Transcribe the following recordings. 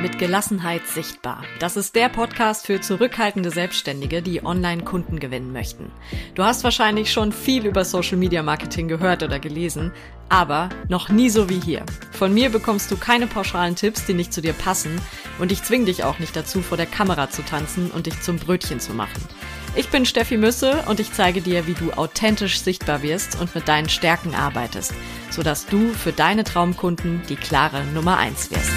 mit Gelassenheit sichtbar. Das ist der Podcast für zurückhaltende Selbstständige, die Online-Kunden gewinnen möchten. Du hast wahrscheinlich schon viel über Social-Media-Marketing gehört oder gelesen, aber noch nie so wie hier. Von mir bekommst du keine pauschalen Tipps, die nicht zu dir passen, und ich zwinge dich auch nicht dazu, vor der Kamera zu tanzen und dich zum Brötchen zu machen. Ich bin Steffi Müsse und ich zeige dir, wie du authentisch sichtbar wirst und mit deinen Stärken arbeitest, sodass du für deine Traumkunden die klare Nummer 1 wirst.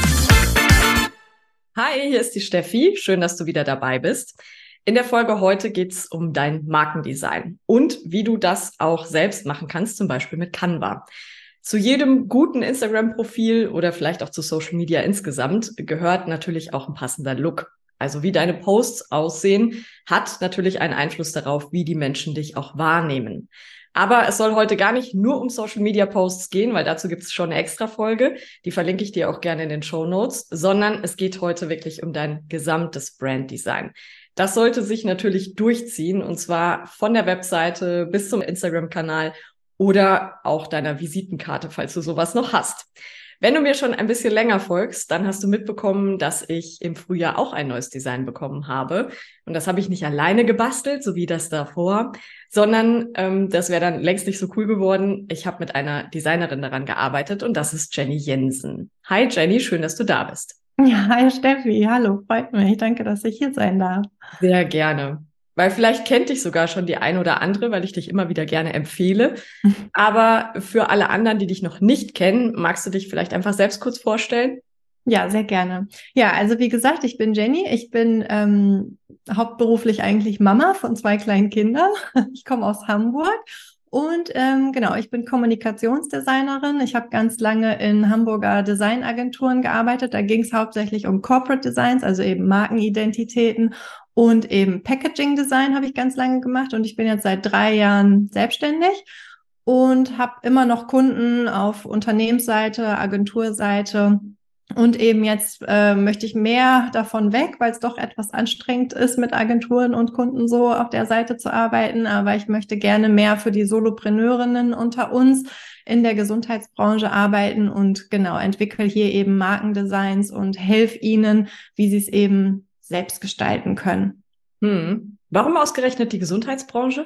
Hi, hier ist die Steffi. Schön, dass du wieder dabei bist. In der Folge heute geht's um dein Markendesign und wie du das auch selbst machen kannst, zum Beispiel mit Canva. Zu jedem guten Instagram-Profil oder vielleicht auch zu Social Media insgesamt gehört natürlich auch ein passender Look. Also wie deine Posts aussehen, hat natürlich einen Einfluss darauf, wie die Menschen dich auch wahrnehmen. Aber es soll heute gar nicht nur um Social-Media-Posts gehen, weil dazu gibt es schon eine extra Folge. Die verlinke ich dir auch gerne in den Shownotes, sondern es geht heute wirklich um dein gesamtes Branddesign. Das sollte sich natürlich durchziehen, und zwar von der Webseite bis zum Instagram-Kanal oder auch deiner Visitenkarte, falls du sowas noch hast. Wenn du mir schon ein bisschen länger folgst, dann hast du mitbekommen, dass ich im Frühjahr auch ein neues Design bekommen habe. Und das habe ich nicht alleine gebastelt, so wie das davor, sondern das wäre dann längst nicht so cool geworden. Ich habe mit einer Designerin daran gearbeitet und das ist Jenny Jensen. Hi Jenny, schön, dass du da bist. Ja, hi Steffi, hallo, freut mich. Danke, dass ich hier sein darf. Sehr gerne. Weil vielleicht kennt dich sogar schon die eine oder andere, weil ich dich immer wieder gerne empfehle. Aber für alle anderen, die dich noch nicht kennen, magst du dich vielleicht einfach selbst kurz vorstellen? Ja, sehr gerne. Ja, also wie gesagt, ich bin Jenny. Ich bin hauptberuflich eigentlich Mama von 2 kleinen Kindern. Ich komme aus Hamburg und genau, ich bin Kommunikationsdesignerin. Ich habe ganz lange in Hamburger Designagenturen gearbeitet. Da ging es hauptsächlich um Corporate Designs, also eben Markenidentitäten und eben Packaging Design habe ich ganz lange gemacht. Und ich bin jetzt seit 3 Jahren selbstständig und habe immer noch Kunden auf Unternehmensseite, Agenturseite. Und eben jetzt möchte ich mehr davon weg, weil es doch etwas anstrengend ist, mit Agenturen und Kunden so auf der Seite zu arbeiten. Aber ich möchte gerne mehr für die Solopreneurinnen unter uns in der Gesundheitsbranche arbeiten und genau, entwickle hier eben Markendesigns und helfe ihnen, wie sie es eben selbst gestalten können. Warum ausgerechnet die Gesundheitsbranche?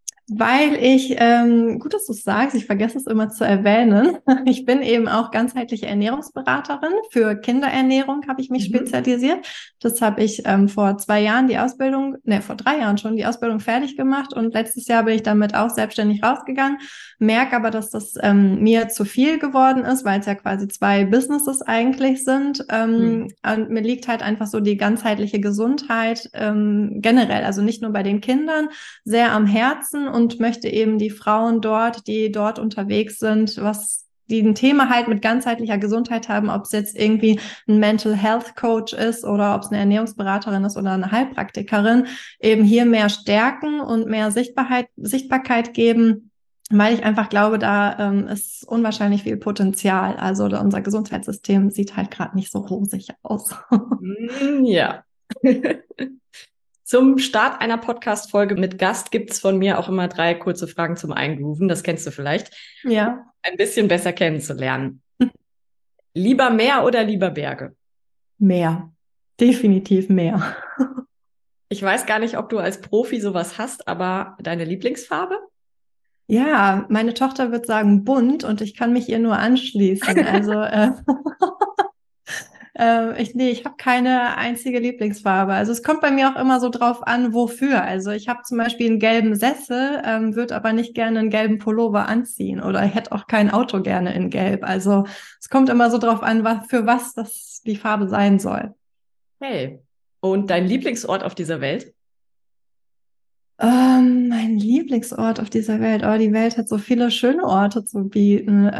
Weil ich, gut, dass du es sagst, ich vergesse es immer zu erwähnen. Ich bin eben auch ganzheitliche Ernährungsberaterin. Für Kinderernährung habe ich mich spezialisiert. Das habe ich vor 2 Jahren vor 3 Jahren schon die Ausbildung fertig gemacht und letztes Jahr bin ich damit auch selbstständig rausgegangen. Merke aber, dass das mir zu viel geworden ist, weil es ja quasi 2 Businesses eigentlich sind. Und mir liegt halt einfach so die ganzheitliche Gesundheit generell, also nicht nur bei den Kindern, sehr am Herzen und möchte eben die Frauen dort, die dort unterwegs sind, die ein Thema halt mit ganzheitlicher Gesundheit haben, ob es jetzt irgendwie ein Mental Health Coach ist oder ob es eine Ernährungsberaterin ist oder eine Heilpraktikerin, eben hier mehr stärken und mehr Sichtbarkeit geben, weil ich einfach glaube, da ist unwahrscheinlich viel Potenzial. Also unser Gesundheitssystem sieht halt gerade nicht so rosig aus. Ja. Zum Start einer Podcast-Folge mit Gast gibt's von mir auch immer 3 kurze Fragen zum Eingrooven. Das kennst du vielleicht. Ja. Ein bisschen besser kennenzulernen. Lieber Meer oder lieber Berge? Mehr. Definitiv mehr. Ich weiß gar nicht, ob du als Profi sowas hast, aber deine Lieblingsfarbe? Ja, meine Tochter wird sagen bunt und ich kann mich ihr nur anschließen. Also ich habe keine einzige Lieblingsfarbe. Also es kommt bei mir auch immer so drauf an, wofür. Also ich habe zum Beispiel einen gelben Sessel, würde aber nicht gerne einen gelben Pullover anziehen oder ich hätte auch kein Auto gerne in Gelb. Also es kommt immer so drauf an, für was das die Farbe sein soll. Hey. Und dein Lieblingsort auf dieser Welt? Mein Lieblingsort auf dieser Welt. Oh, die Welt hat so viele schöne Orte zu bieten.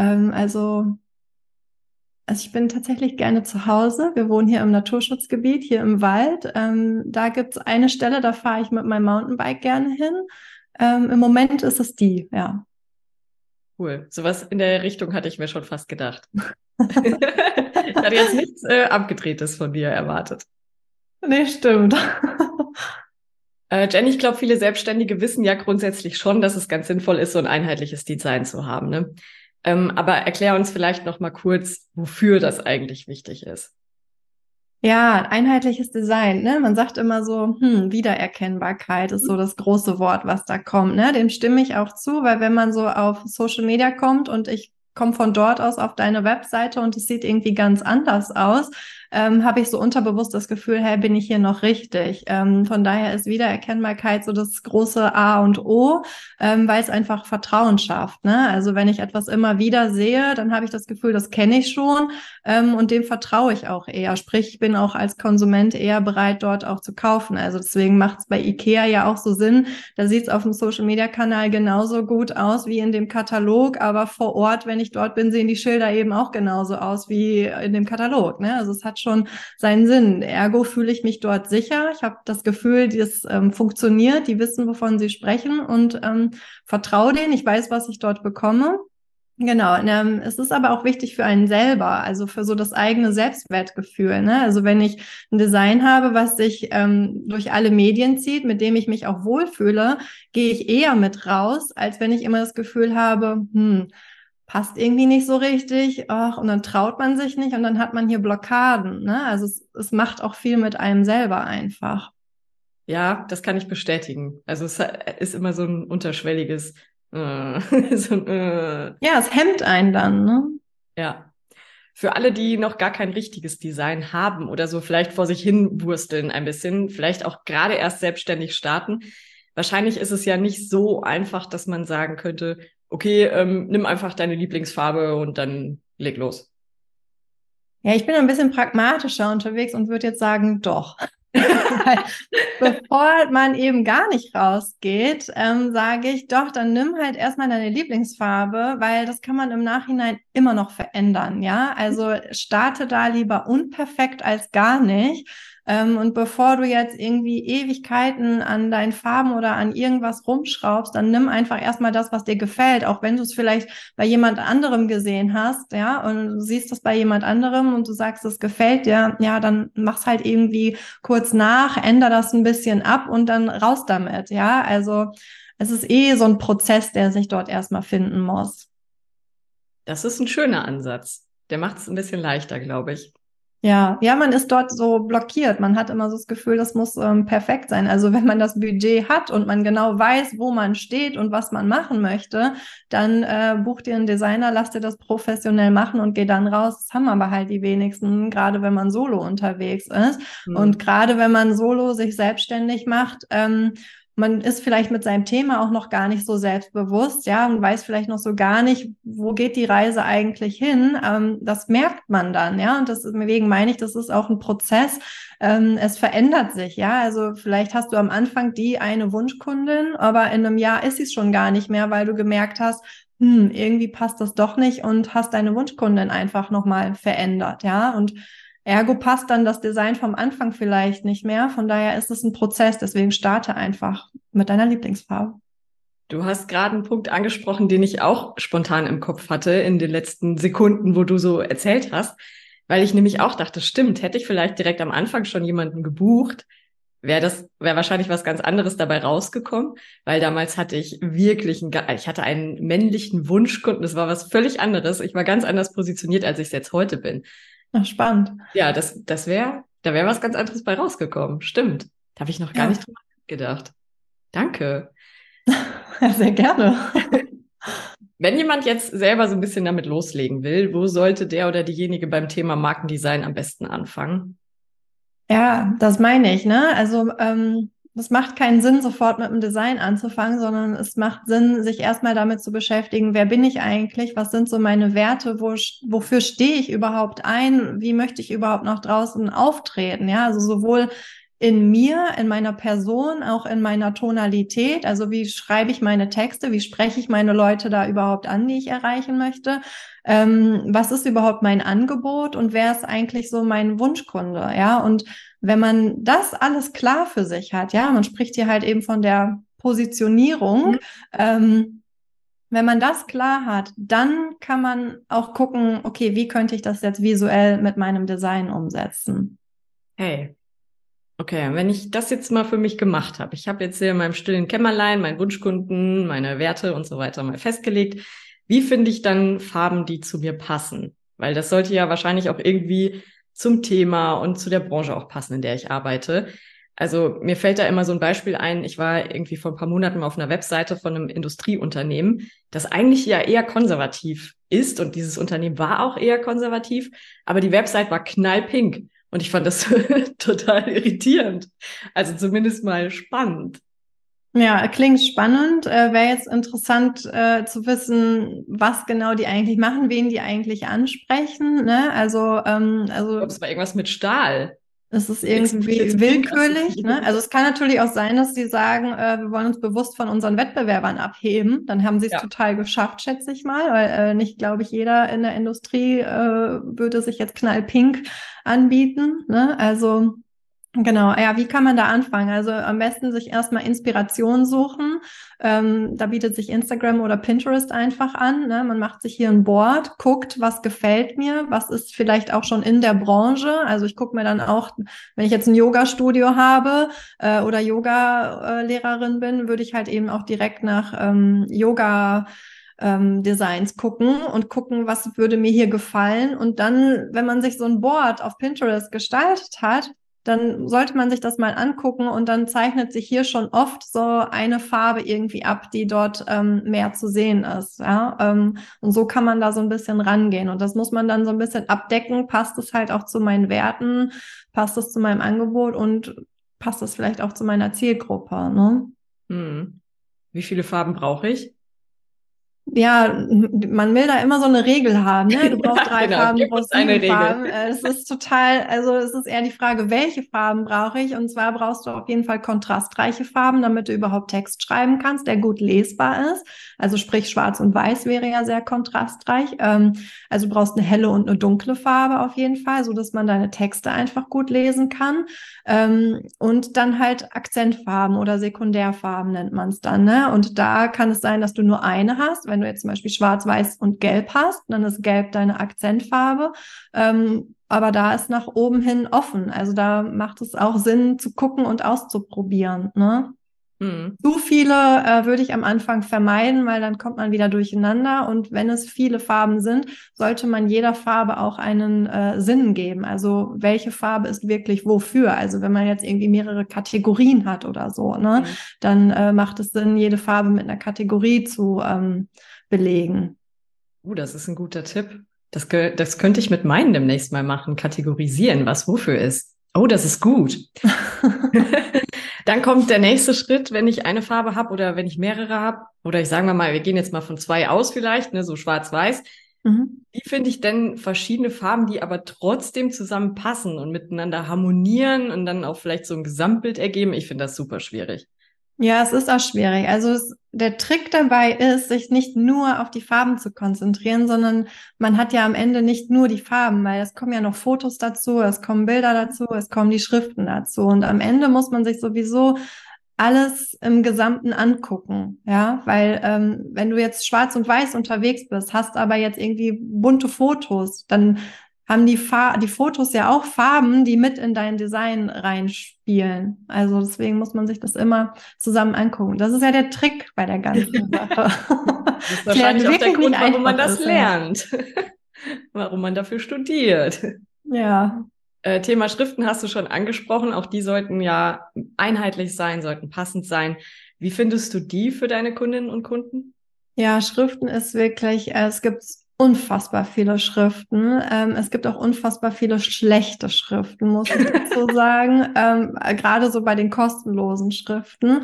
Also ich bin tatsächlich gerne zu Hause. Wir wohnen hier im Naturschutzgebiet, hier im Wald. Da gibt's eine Stelle, da fahre ich mit meinem Mountainbike gerne hin. Im Moment ist es die, ja. Cool. Sowas in der Richtung hatte ich mir schon fast gedacht. Ich hatte jetzt nichts Abgedrehtes von dir erwartet. Nee, stimmt. Jenny, ich glaube, viele Selbstständige wissen ja grundsätzlich schon, dass es ganz sinnvoll ist, so ein einheitliches Design zu haben, ne? Aber erklär uns vielleicht noch mal kurz, wofür das eigentlich wichtig ist. Ja, einheitliches Design, ne? Man sagt immer so, Wiedererkennbarkeit ist so das große Wort, was da kommt, ne? Dem stimme ich auch zu, weil wenn man so auf Social Media kommt und ich komme von dort aus auf deine Webseite und es sieht irgendwie ganz anders aus, habe ich so unterbewusst das Gefühl, hey, bin ich hier noch richtig? Von daher ist Wiedererkennbarkeit so das große A und O, weil es einfach Vertrauen schafft, ne? Also wenn ich etwas immer wieder sehe, dann habe ich das Gefühl, das kenne ich schon. Und dem vertraue ich auch eher. Sprich, ich bin auch als Konsument eher bereit, dort auch zu kaufen. Also deswegen macht es bei IKEA ja auch so Sinn. Da sieht es auf dem Social-Media-Kanal genauso gut aus wie in dem Katalog, aber vor Ort, wenn ich dort bin, sehen die Schilder eben auch genauso aus wie in dem Katalog. Ne? Also es hat schon seinen Sinn. Ergo fühle ich mich dort sicher. Ich habe das Gefühl, das funktioniert. Die wissen, wovon sie sprechen und vertraue denen. Ich weiß, was ich dort bekomme. Genau, es ist aber auch wichtig für einen selber, also für so das eigene Selbstwertgefühl. Ne? Also wenn ich ein Design habe, was sich durch alle Medien zieht, mit dem ich mich auch wohlfühle, gehe ich eher mit raus, als wenn ich immer das Gefühl habe, passt irgendwie nicht so richtig, ach, und dann traut man sich nicht und dann hat man hier Blockaden. Ne? Also es macht auch viel mit einem selber einfach. Ja, das kann ich bestätigen. Also es ist immer so ein unterschwelliges, so ein, Ja, es hemmt einen dann, ne? ja. Für alle, die noch gar kein richtiges Design haben oder so vielleicht vor sich hin wursteln ein bisschen, vielleicht auch gerade erst selbstständig starten. Wahrscheinlich ist es ja nicht so einfach, dass man sagen könnte, okay, nimm einfach deine Lieblingsfarbe und dann leg los. Ja, ich bin ein bisschen pragmatischer unterwegs und würde jetzt sagen, doch. Weil bevor man eben gar nicht rausgeht, sage ich, doch, dann nimm halt erstmal deine Lieblingsfarbe, weil das kann man im Nachhinein immer noch verändern, ja? Also starte da lieber unperfekt als gar nicht. Und bevor du jetzt irgendwie Ewigkeiten an deinen Farben oder an irgendwas rumschraubst, dann nimm einfach erstmal das, was dir gefällt, auch wenn du es vielleicht bei jemand anderem gesehen hast, ja, und du siehst das bei jemand anderem und du sagst, es gefällt dir, ja, dann mach's halt irgendwie kurz nach, änder das ein bisschen ab und dann raus damit, ja. Also es ist eh so ein Prozess, der sich dort erstmal finden muss. Das ist ein schöner Ansatz. Der macht es ein bisschen leichter, glaube ich. Ja, ja, man ist dort so blockiert. Man hat immer so das Gefühl, das muss perfekt sein. Also wenn man das Budget hat und man genau weiß, wo man steht und was man machen möchte, dann buch dir einen Designer, lass dir das professionell machen und geh dann raus. Das haben aber halt die wenigsten, gerade wenn man solo unterwegs ist. Und Hm. gerade wenn man solo sich selbstständig macht, man ist vielleicht mit seinem Thema auch noch gar nicht so selbstbewusst, ja, und weiß vielleicht noch so gar nicht, wo geht die Reise eigentlich hin. Das merkt man dann, ja, und deswegen meine ich, das ist auch ein Prozess. Es verändert sich, ja. Also vielleicht hast du am Anfang die eine Wunschkundin, aber in einem Jahr ist sie es schon gar nicht mehr, weil du gemerkt hast, irgendwie passt das doch nicht und hast deine Wunschkundin einfach nochmal verändert, ja. Und ergo passt dann das Design vom Anfang vielleicht nicht mehr. Von daher ist es ein Prozess. Deswegen starte einfach mit deiner Lieblingsfarbe. Du hast gerade einen Punkt angesprochen, den ich auch spontan im Kopf hatte in den letzten Sekunden, wo du so erzählt hast, weil ich nämlich auch dachte, stimmt, hätte ich vielleicht direkt am Anfang schon jemanden gebucht, wäre wahrscheinlich was ganz anderes dabei rausgekommen, weil damals hatte ich wirklich ich hatte einen männlichen Wunschkunden, das war was völlig anderes. Ich war ganz anders positioniert, als ich es jetzt heute bin. Ach, spannend. Ja, da wäre was ganz anderes bei rausgekommen. Stimmt. Da habe ich noch gar Ja, nicht drüber gedacht. Danke. sehr gerne. Wenn jemand jetzt selber so ein bisschen damit loslegen will, wo sollte der oder diejenige beim Thema Markendesign am besten anfangen? Ja, das meine ich, ne? Also, es macht keinen Sinn, sofort mit dem Design anzufangen, sondern es macht Sinn, sich erstmal damit zu beschäftigen, wer bin ich eigentlich? Was sind so meine Werte? Wofür stehe ich überhaupt ein? Wie möchte ich überhaupt nach draußen auftreten? Ja, also sowohl in mir, in meiner Person, auch in meiner Tonalität. Also wie schreibe ich meine Texte? Wie spreche ich meine Leute da überhaupt an, die ich erreichen möchte? Was ist überhaupt mein Angebot und wer ist eigentlich so mein Wunschkunde? Ja, und wenn man das alles klar für sich hat, ja, man spricht hier halt eben von der Positionierung, wenn man das klar hat, dann kann man auch gucken, okay, wie könnte ich das jetzt visuell mit meinem Design umsetzen? Hey, okay, wenn ich das jetzt mal für mich gemacht habe, ich habe jetzt hier in meinem stillen Kämmerlein meinen Wunschkunden, meine Werte und so weiter mal festgelegt, wie finde ich dann Farben, die zu mir passen? Weil das sollte ja wahrscheinlich auch irgendwie zum Thema und zu der Branche auch passen, in der ich arbeite. Also mir fällt da immer so ein Beispiel ein. Ich war irgendwie vor ein paar Monaten auf einer Webseite von einem Industrieunternehmen, das eigentlich ja eher konservativ ist. Und dieses Unternehmen war auch eher konservativ, aber die Website war knallpink. Und ich fand das total irritierend. Also zumindest mal spannend. Ja, klingt spannend. Wäre jetzt interessant zu wissen, was genau die eigentlich machen, wen die eigentlich ansprechen. Ne? Ich glaube, es war irgendwas mit Stahl. Es ist Explizit irgendwie pink willkürlich, ne? assoziiert. Also es kann natürlich auch sein, dass sie sagen, wir wollen uns bewusst von unseren Wettbewerbern abheben. Dann haben sie es Ja. total geschafft, schätze ich mal, weil nicht, glaube ich, jeder in der Industrie würde sich jetzt knallpink anbieten. Ne? Also genau, ja, wie kann man da anfangen? Also am besten sich erstmal Inspiration suchen. Da bietet sich Instagram oder Pinterest einfach an. Ne? Man macht sich hier ein Board, guckt, was gefällt mir, was ist vielleicht auch schon in der Branche. Also ich gucke mir dann auch, wenn ich jetzt ein Yoga-Studio habe oder Yoga-Lehrerin bin, würde ich halt eben auch direkt nach Yoga Designs gucken und gucken, was würde mir hier gefallen. Und dann, wenn man sich so ein Board auf Pinterest gestaltet hat, dann sollte man sich das mal angucken und dann zeichnet sich hier schon oft so eine Farbe irgendwie ab, die dort mehr zu sehen ist. Ja? Und so kann man da so ein bisschen rangehen. Und das muss man dann so ein bisschen abdecken. Passt es halt auch zu meinen Werten? Passt es zu meinem Angebot? Und passt es vielleicht auch zu meiner Zielgruppe? Ne? Hm. Wie viele Farben brauche ich? Ja, man will da immer so eine Regel haben, ne? Du brauchst Ja, 3 genau, Farben, du gib uns brauchst eine 7 Regel. Farben. Es ist total, also es ist eher die Frage, welche Farben brauche ich? Und zwar brauchst du auf jeden Fall kontrastreiche Farben, damit du überhaupt Text schreiben kannst, der gut lesbar ist. Also sprich, Schwarz und Weiß wäre ja sehr kontrastreich. Also du brauchst eine helle und eine dunkle Farbe auf jeden Fall, so dass man deine Texte einfach gut lesen kann. Und dann halt Akzentfarben oder Sekundärfarben nennt man es dann, ne? Und da kann es sein, dass du nur eine hast. Wenn du jetzt zum Beispiel Schwarz, Weiß und Gelb hast, dann ist Gelb deine Akzentfarbe. Aber da ist nach oben hin offen. Also da macht es auch Sinn zu gucken und auszuprobieren, ne? Hm. Zu viele würde ich am Anfang vermeiden, weil dann kommt man wieder durcheinander. Und wenn es viele Farben sind, sollte man jeder Farbe auch einen Sinn geben. Also welche Farbe ist wirklich wofür? Also wenn man jetzt irgendwie mehrere Kategorien hat oder so, ne, Hm. dann macht es Sinn, jede Farbe mit einer Kategorie zu belegen. Das ist ein guter Tipp. Das könnte ich mit meinen demnächst mal machen, kategorisieren, was wofür ist. Oh, das ist gut. Dann kommt der nächste Schritt, wenn ich eine Farbe habe oder wenn ich mehrere habe. Oder ich sagen wir mal, wir gehen jetzt mal von 2 aus vielleicht, ne, so schwarz-weiß. Mhm. Wie finde ich denn verschiedene Farben, die aber trotzdem zusammenpassen und miteinander harmonieren und dann auch vielleicht so ein Gesamtbild ergeben? Ich finde das super schwierig. Ja, es ist auch schwierig. Also der Trick dabei ist, sich nicht nur auf die Farben zu konzentrieren, sondern man hat ja am Ende nicht nur die Farben, weil es kommen ja noch Fotos dazu, es kommen Bilder dazu, es kommen die Schriften dazu. Und am Ende muss man sich sowieso alles im Gesamten angucken, ja, weil wenn du jetzt schwarz und weiß unterwegs bist, hast aber jetzt irgendwie bunte Fotos, dann haben die Fotos ja auch Farben, die mit in dein Design reinspielen. Also deswegen muss man sich das immer zusammen angucken. Das ist ja der Trick bei der ganzen Sache. Das ist Klärt wahrscheinlich auch der wirklich nicht Grund, warum man einfach das ist, ja. lernt. Warum man dafür studiert. Ja. Thema Schriften hast du schon angesprochen. Auch die sollten ja einheitlich sein, sollten passend sein. Wie findest du die für deine Kundinnen und Kunden? Ja, Schriften ist wirklich, es gibt unfassbar viele Schriften. Es gibt auch unfassbar viele schlechte Schriften, muss ich dazu sagen. Gerade so bei den kostenlosen Schriften.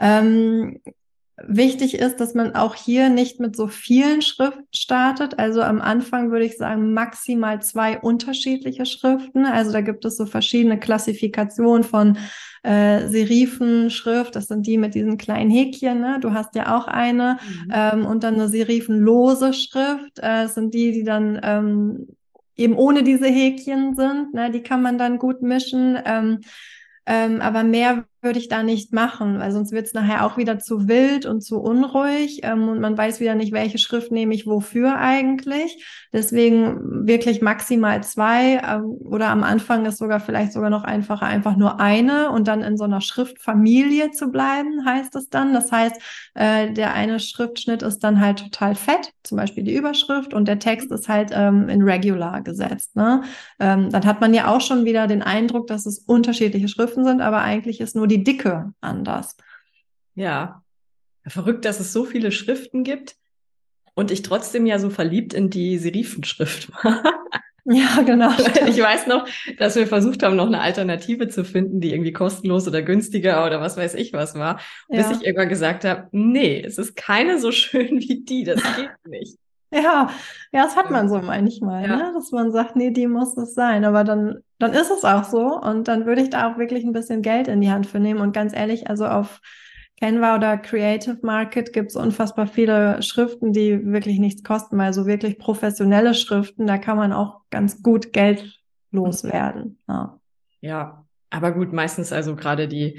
Wichtig ist, dass man auch hier nicht mit so vielen Schriften startet. Also am Anfang würde ich sagen maximal 2 unterschiedliche Schriften. Also da gibt es so verschiedene Klassifikationen von Serifenschrift. Das sind die mit diesen kleinen Häkchen. Ne? Du hast ja auch eine. Und dann eine serifenlose Schrift. Das sind die dann eben ohne diese Häkchen sind. Ne? Die kann man dann gut mischen. Aber mehr würde ich da nicht machen, weil sonst wird es nachher auch wieder zu wild und zu unruhig und man weiß wieder nicht, welche Schrift nehme ich wofür eigentlich. Deswegen wirklich maximal 2 oder am Anfang ist vielleicht sogar noch einfacher, einfach nur eine und dann in so einer Schriftfamilie zu bleiben, heißt es dann. Das heißt, der eine Schriftschnitt ist dann halt total fett, zum Beispiel die Überschrift und der Text ist halt in Regular gesetzt. Ne? Dann hat man ja auch schon wieder den Eindruck, dass es unterschiedliche Schriften sind, aber eigentlich ist nur die Dicke anders. Ja, verrückt, dass es so viele Schriften gibt und ich trotzdem ja so verliebt in die Serifenschrift war. Ja, genau. Ich weiß noch, dass wir versucht haben, noch eine Alternative zu finden, die irgendwie kostenlos oder günstiger oder was weiß ich was war, bis ich irgendwann gesagt habe, nee, es ist keine so schön wie die, das geht nicht. Ja, das hat man so manchmal, ne? Dass man sagt, nee, die muss es sein. Aber dann ist es auch so. Und dann würde ich da auch wirklich ein bisschen Geld in die Hand für nehmen. Und ganz ehrlich, also auf Canva oder Creative Market gibt es unfassbar viele Schriften, die wirklich nichts kosten, weil so wirklich professionelle Schriften, da kann man auch ganz gut Geld loswerden. Ja, aber gut, meistens also gerade die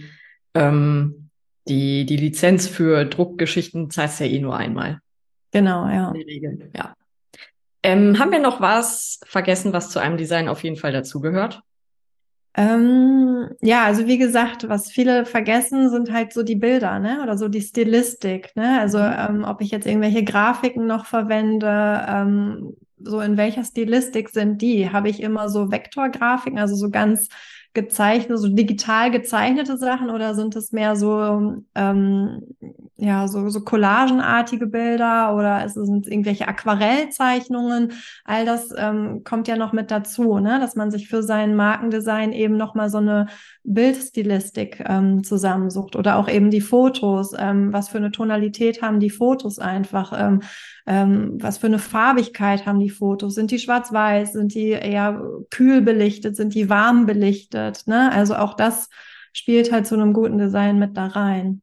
Lizenz für Druckgeschichten zahlst du ja eh nur einmal. Genau, ja. In der Regel, ja. Haben wir noch was vergessen, was zu einem Design auf jeden Fall dazugehört? Ja, also wie gesagt, was viele vergessen, sind halt so die Bilder, ne? Oder so die Stilistik, ne? Also ob ich jetzt irgendwelche Grafiken noch verwende, so in welcher Stilistik sind die? Habe ich immer so Vektorgrafiken, also so ganz gezeichnet, so digital gezeichnete Sachen oder sind es mehr so so collagenartige Bilder oder sind es irgendwelche Aquarellzeichnungen? All das kommt ja noch mit dazu, ne? Dass man sich für sein Markendesign eben nochmal so eine Bildstilistik zusammensucht oder auch eben die Fotos. Was für eine Tonalität haben die Fotos einfach? Was für eine Farbigkeit haben die Fotos? Sind die schwarz-weiß? Sind die eher kühl belichtet? Sind die warm belichtet? Ne? Also auch das spielt halt zu einem guten Design mit da rein.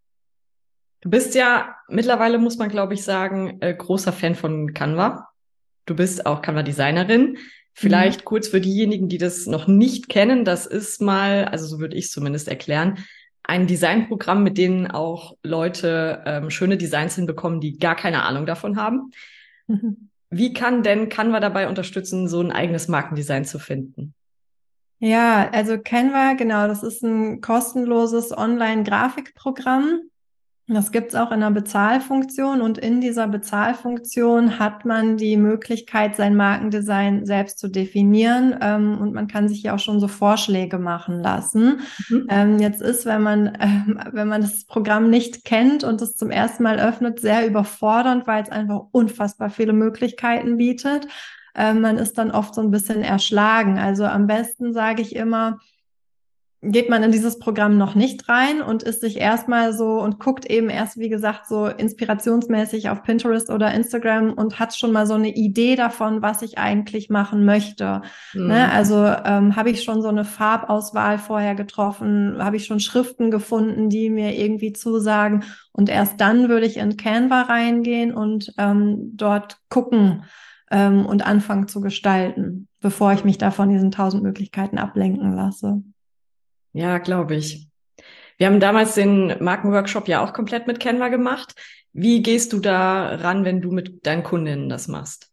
Du bist ja mittlerweile, muss man glaube ich sagen, großer Fan von Canva. Du bist auch Canva-Designerin. Vielleicht kurz für diejenigen, die das noch nicht kennen, das ist mal, also so würde ich es zumindest erklären, ein Designprogramm, mit denen auch Leute schöne Designs hinbekommen, die gar keine Ahnung davon haben. Wie kann denn Canva dabei unterstützen, so ein eigenes Markendesign zu finden? Ja, also Canva, genau, das ist ein kostenloses Online-Grafikprogramm. Das gibt's auch in einer Bezahlfunktion und in dieser Bezahlfunktion hat man die Möglichkeit, sein Markendesign selbst zu definieren und man kann sich ja auch schon so Vorschläge machen lassen. Jetzt ist, wenn man das Programm nicht kennt und es zum ersten Mal öffnet, sehr überfordernd, weil es einfach unfassbar viele Möglichkeiten bietet. Man ist dann oft so ein bisschen erschlagen. Also am besten sage ich immer, geht man in dieses Programm noch nicht rein und ist sich erstmal so und guckt eben erst, wie gesagt, so inspirationsmäßig auf Pinterest oder Instagram und hat schon mal so eine Idee davon, was ich eigentlich machen möchte. Ne? Also habe ich schon so eine Farbauswahl vorher getroffen, habe ich schon Schriften gefunden, die mir irgendwie zusagen und erst dann würde ich in Canva reingehen und dort gucken und anfangen zu gestalten, bevor ich mich da von diesen 1000 Möglichkeiten ablenken lasse. Ja, glaube ich. Wir haben damals den Markenworkshop ja auch komplett mit Canva gemacht. Wie gehst du da ran, wenn du mit deinen Kundinnen das machst?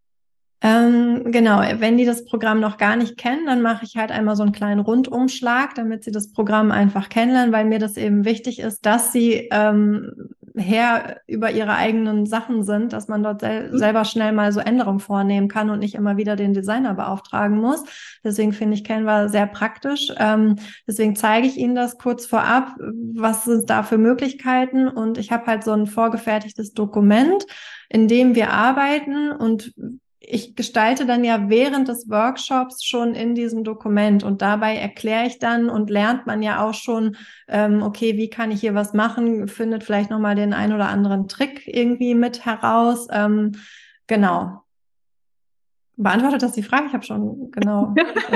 Genau, wenn die das Programm noch gar nicht kennen, dann mache ich halt einmal so einen kleinen Rundumschlag, damit sie das Programm einfach kennenlernen, weil mir das eben wichtig ist, dass sie Herr über ihre eigenen Sachen sind, dass man dort selber schnell mal so Änderungen vornehmen kann und nicht immer wieder den Designer beauftragen muss. Deswegen finde ich Canva sehr praktisch. Deswegen zeige ich Ihnen das kurz vorab, was sind da für Möglichkeiten und ich habe halt so ein vorgefertigtes Dokument, in dem wir arbeiten und ich gestalte dann ja während des Workshops schon in diesem Dokument und dabei erkläre ich dann und lernt man ja auch schon, okay, wie kann ich hier was machen, findet vielleicht nochmal den ein oder anderen Trick irgendwie mit heraus. Genau. Beantwortet das die Frage? Ich habe schon genau.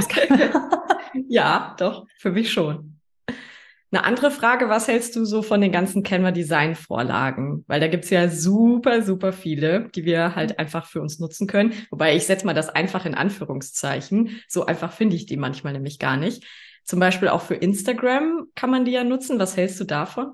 Ja, doch, für mich schon. Eine andere Frage, was hältst du so von den ganzen Canva-Design-Vorlagen? Weil da gibt's ja super, super viele, die wir halt einfach für uns nutzen können. Wobei ich setze mal das einfach in Anführungszeichen. So einfach finde ich die manchmal nämlich gar nicht. Zum Beispiel auch für Instagram kann man die ja nutzen. Was hältst du davon?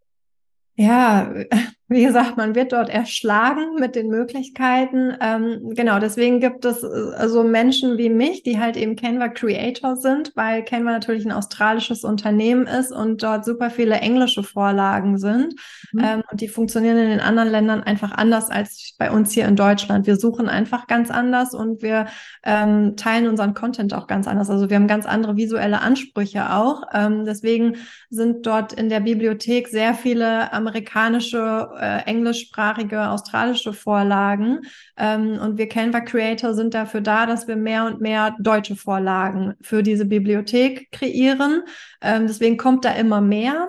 Ja, wie gesagt, man wird dort erschlagen mit den Möglichkeiten. Genau, deswegen gibt es so Menschen wie mich, die halt eben Canva Creator sind, weil Canva natürlich ein australisches Unternehmen ist und dort super viele englische Vorlagen sind. Mhm. Und die funktionieren in den anderen Ländern einfach anders als bei uns hier in Deutschland. Wir suchen einfach ganz anders und wir teilen unseren Content auch ganz anders. Also wir haben ganz andere visuelle Ansprüche auch. Deswegen sind dort in der Bibliothek sehr viele amerikanische, englischsprachige, australische Vorlagen. Und wir Canva Creator sind dafür da, dass wir mehr und mehr deutsche Vorlagen für diese Bibliothek kreieren. Deswegen kommt da immer mehr.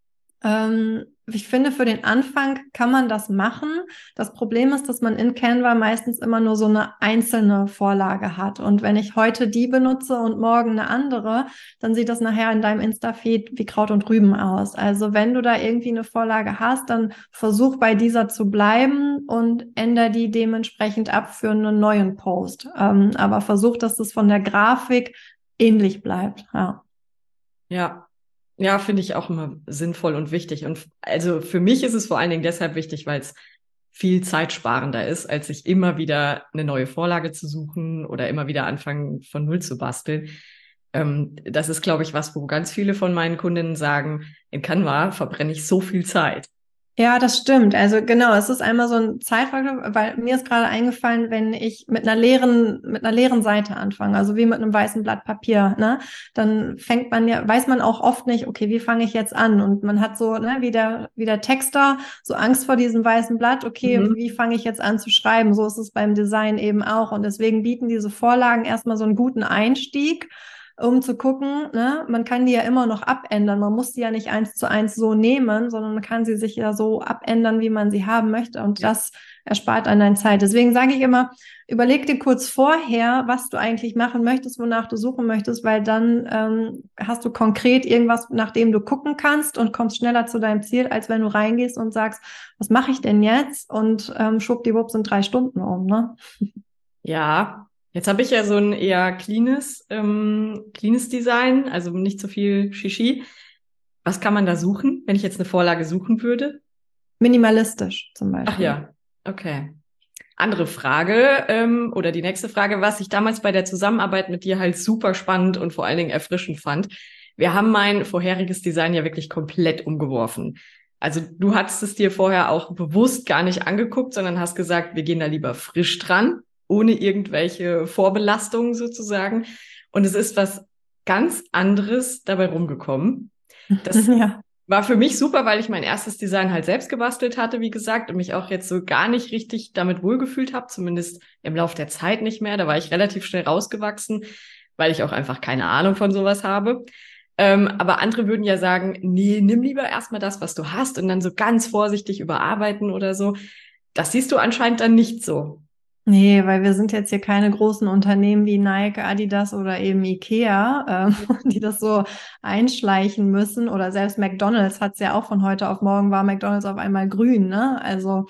Ich finde, für den Anfang kann man das machen. Das Problem ist, dass man in Canva meistens immer nur so eine einzelne Vorlage hat. Und wenn ich heute die benutze und morgen eine andere, dann sieht das nachher in deinem Insta-Feed wie Kraut und Rüben aus. Also wenn du da irgendwie eine Vorlage hast, dann versuch bei dieser zu bleiben und ändere die dementsprechend ab für einen neuen Post. Aber versuch, dass das von der Grafik ähnlich bleibt. Ja. Ja. Ja, finde ich auch immer sinnvoll und wichtig. Und also für mich ist es vor allen Dingen deshalb wichtig, weil es viel zeitsparender ist, als sich immer wieder eine neue Vorlage zu suchen oder immer wieder anfangen, von Null zu basteln. Das ist, glaube ich, was, wo ganz viele von meinen Kundinnen sagen, in Canva verbrenne ich so viel Zeit. Ja, das stimmt. Also genau, es ist einmal so ein Zeitfaktor, weil mir ist gerade eingefallen, wenn ich mit einer leeren Seite anfange, also wie mit einem weißen Blatt Papier, ne, dann fängt man ja, weiß man auch oft nicht, okay, wie fange ich jetzt an? Und man hat so, ne, wie der Texter, so Angst vor diesem weißen Blatt, okay, Mhm. wie fange ich jetzt an zu schreiben? So ist es beim Design eben auch. Und deswegen bieten diese Vorlagen erstmal so einen guten Einstieg, um zu gucken, ne, man kann die ja immer noch abändern. Man muss die ja nicht 1:1 so nehmen, sondern man kann sie sich ja so abändern, wie man sie haben möchte. Und Ja. das erspart an deine Zeit. Deswegen sage ich immer, überleg dir kurz vorher, was du eigentlich machen möchtest, wonach du suchen möchtest, weil dann hast du konkret irgendwas, nach dem du gucken kannst und kommst schneller zu deinem Ziel, als wenn du reingehst und sagst, was mache ich denn jetzt? Und schwuppdiwupp sind 3 Stunden um, ne? Ja, jetzt habe ich ja so ein eher cleanes Design, also nicht so viel Shishi. Was kann man da suchen, wenn ich jetzt eine Vorlage suchen würde? Minimalistisch zum Ach Beispiel. ja, okay. Andere Frage, oder die nächste Frage, was ich damals bei der Zusammenarbeit mit dir halt super spannend und vor allen Dingen erfrischend fand. Wir haben mein vorheriges Design ja wirklich komplett umgeworfen. Also du hattest es dir vorher auch bewusst gar nicht angeguckt, sondern hast gesagt, wir gehen da lieber frisch dran, ohne irgendwelche Vorbelastungen sozusagen. Und es ist was ganz anderes dabei rumgekommen. Das Ja. war für mich super, weil ich mein erstes Design halt selbst gebastelt hatte, wie gesagt, und mich auch jetzt so gar nicht richtig damit wohlgefühlt habe, zumindest im Lauf der Zeit nicht mehr. Da war ich relativ schnell rausgewachsen, weil ich auch einfach keine Ahnung von sowas habe. Aber andere würden ja sagen, nee, nimm lieber erstmal das, was du hast und dann so ganz vorsichtig überarbeiten oder so. Das siehst du anscheinend dann nicht so. Nee, weil wir sind jetzt hier keine großen Unternehmen wie Nike, Adidas oder eben IKEA, die das so einschleichen müssen. Oder selbst McDonald's hat es ja auch von heute auf morgen war McDonald's auf einmal grün, ne? Also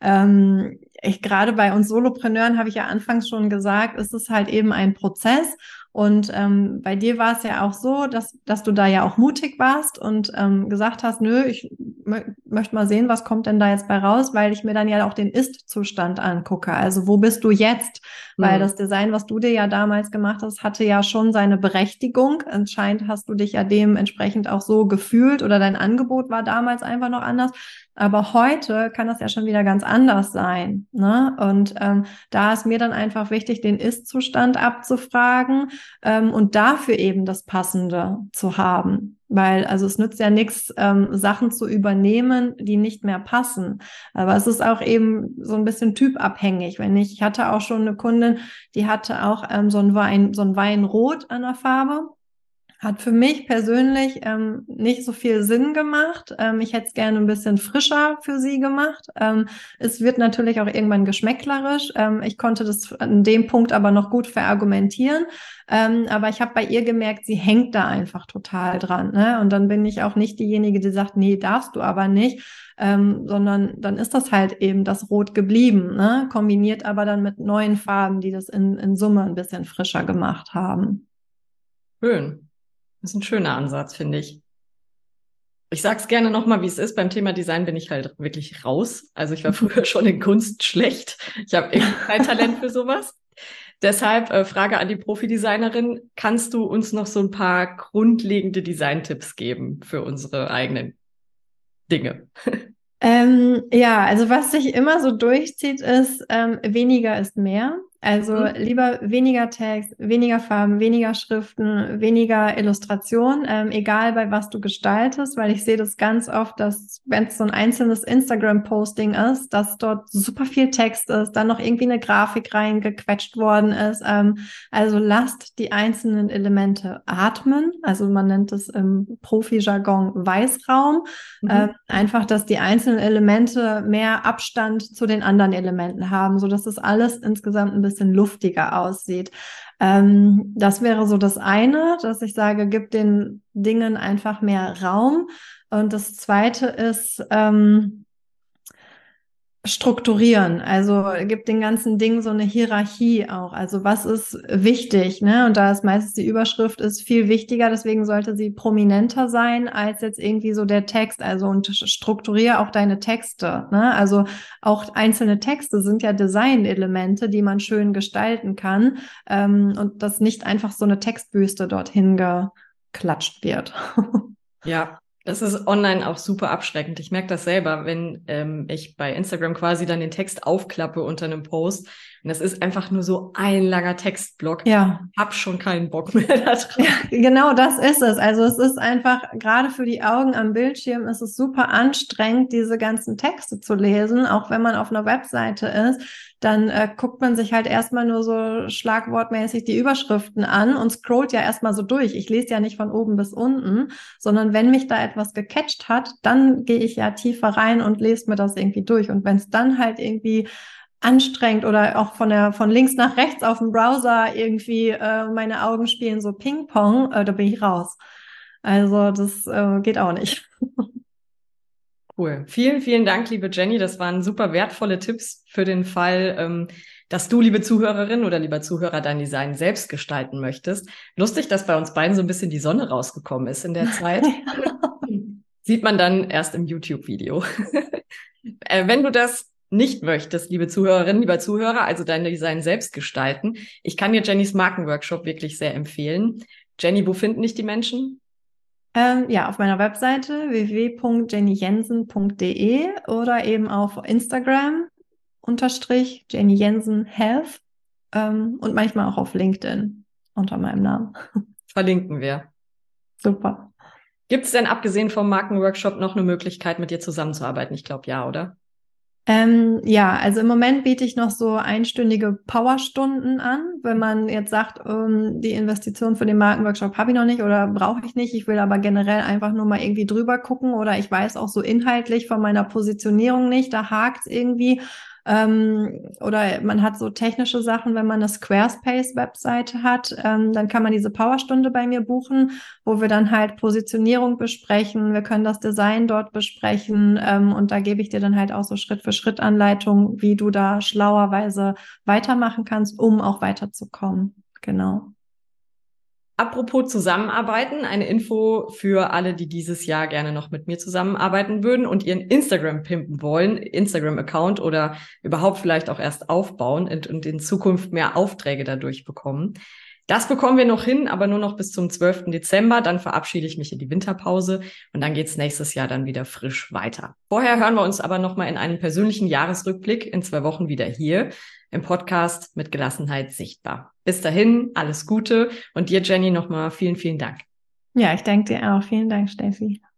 ich gerade bei uns Solopreneuren habe ich ja anfangs schon gesagt, ist es halt eben ein Prozess. Und bei dir war es ja auch so, dass du da ja auch mutig warst und gesagt hast, nö, ich möchte mal sehen, was kommt denn da jetzt bei raus, weil ich mir dann ja auch den Ist-Zustand angucke. Also wo bist du jetzt? Weil Hm. das Design, was du dir ja damals gemacht hast, hatte ja schon seine Berechtigung. Anscheinend hast du dich ja dementsprechend auch so gefühlt oder dein Angebot war damals einfach noch anders. Aber heute kann das ja schon wieder ganz anders sein. Ne? Und da ist mir dann einfach wichtig, den Ist-Zustand abzufragen und dafür eben das Passende zu haben. Weil, also es nützt ja nichts, Sachen zu übernehmen, die nicht mehr passen. Aber es ist auch eben so ein bisschen typabhängig. Ich hatte auch schon eine Kundin, die hatte auch so ein Weinrot an der Farbe. Hat für mich persönlich nicht so viel Sinn gemacht. Ich hätte es gerne ein bisschen frischer für sie gemacht. Es wird natürlich auch irgendwann geschmäcklerisch. Ich konnte das an dem Punkt aber noch gut verargumentieren. Aber ich habe bei ihr gemerkt, sie hängt da einfach total dran. Ne? Und dann bin ich auch nicht diejenige, die sagt, nee, darfst du aber nicht. Sondern dann ist das halt eben das Rot geblieben, ne? Kombiniert aber dann mit neuen Farben, die das in Summe ein bisschen frischer gemacht haben. Schön. Das ist ein schöner Ansatz, finde ich. Ich sag's gerne nochmal, wie es ist. Beim Thema Design bin ich halt wirklich raus. Also ich war früher schon in Kunst schlecht. Ich habe irgendwie kein Talent für sowas. Deshalb Frage an die Profi-Designerin. Kannst du uns noch so ein paar grundlegende Design-Tipps geben für unsere eigenen Dinge? Ja, also was sich immer so durchzieht, ist, weniger ist mehr. Also lieber weniger Text, weniger Farben, weniger Schriften, weniger Illustration, egal bei was du gestaltest, weil ich sehe das ganz oft, dass wenn es so ein einzelnes Instagram-Posting ist, dass dort super viel Text ist, dann noch irgendwie eine Grafik reingequetscht worden ist. Also lasst die einzelnen Elemente atmen. Also man nennt es im Profi-Jargon Weißraum. Einfach, dass die einzelnen Elemente mehr Abstand zu den anderen Elementen haben, so dass das alles insgesamt ein bisschen luftiger aussieht. Das wäre so das eine, dass ich sage, gib den Dingen einfach mehr Raum. Und das zweite ist, strukturieren, also gibt den ganzen Dingen so eine Hierarchie auch. Also was ist wichtig, ne? Und da ist meistens die Überschrift ist viel wichtiger, deswegen sollte sie prominenter sein als jetzt irgendwie so der Text. Also und strukturiere auch deine Texte, ne? Also auch einzelne Texte sind ja Designelemente, die man schön gestalten kann, und dass nicht einfach so eine Textbüste dorthin geklatscht wird. Ja, das ist online auch super abschreckend. Ich merke das selber, wenn ich bei Instagram quasi dann den Text aufklappe unter einem Post. Und das ist einfach nur so ein langer Textblock. Ja. Hab schon keinen Bock mehr da drauf. Ja, genau das ist es. Also es ist einfach, gerade für die Augen am Bildschirm ist es super anstrengend, diese ganzen Texte zu lesen. Auch wenn man auf einer Webseite ist, dann guckt man sich halt erstmal nur so schlagwortmäßig die Überschriften an und scrollt ja erstmal so durch. Ich lese ja nicht von oben bis unten, sondern wenn mich da etwas gecatcht hat, dann gehe ich ja tiefer rein und lese mir das irgendwie durch. Und wenn es dann halt irgendwie anstrengend oder auch von links nach rechts auf dem Browser irgendwie meine Augen spielen so Ping-Pong, da bin ich raus. Also das geht auch nicht. Cool. Vielen, vielen Dank, liebe Jenny. Das waren super wertvolle Tipps für den Fall, dass du, liebe Zuhörerin oder lieber Zuhörer, dein Design selbst gestalten möchtest. Lustig, dass bei uns beiden so ein bisschen die Sonne rausgekommen ist in der Zeit. Sieht man dann erst im YouTube-Video. Wenn du das nicht möchtest, liebe Zuhörerin, lieber Zuhörer, also dein Design selbst gestalten, ich kann dir Jennys Markenworkshop wirklich sehr empfehlen. Jenny, wo finden dich die Menschen? Ja, auf meiner Webseite www.jennyjensen.de oder eben auf Instagram _ Jenny Jensen Health und manchmal auch auf LinkedIn unter meinem Namen. Verlinken wir. Super. Gibt es denn abgesehen vom Markenworkshop noch eine Möglichkeit, mit dir zusammenzuarbeiten? Ich glaube ja, oder? Ja, also im Moment biete ich noch so einstündige Powerstunden an. Wenn man jetzt sagt, die Investition für den Markenworkshop habe ich noch nicht oder brauche ich nicht, ich will aber generell einfach nur mal irgendwie drüber gucken oder ich weiß auch so inhaltlich von meiner Positionierung nicht, da hakt's irgendwie. Oder man hat so technische Sachen, wenn man eine Squarespace-Webseite hat, dann kann man diese Powerstunde bei mir buchen, wo wir dann halt Positionierung besprechen. Wir können das Design dort besprechen, und da gebe ich dir dann halt auch so Schritt-für-Schritt-Anleitungen, wie du da schlauerweise weitermachen kannst, um auch weiterzukommen. Genau. Apropos zusammenarbeiten, eine Info für alle, die dieses Jahr gerne noch mit mir zusammenarbeiten würden und ihren Instagram pimpen wollen, Instagram-Account oder überhaupt vielleicht auch erst aufbauen und in Zukunft mehr Aufträge dadurch bekommen. Das bekommen wir noch hin, aber nur noch bis zum 12. Dezember. Dann verabschiede ich mich in die Winterpause und dann geht's nächstes Jahr dann wieder frisch weiter. Vorher hören wir uns aber nochmal in einem persönlichen Jahresrückblick in 2 Wochen wieder hier im Podcast mit Gelassenheit sichtbar. Bis dahin, alles Gute und dir, Jenny, nochmal vielen, vielen Dank. Ja, ich danke dir auch. Vielen Dank, Steffi.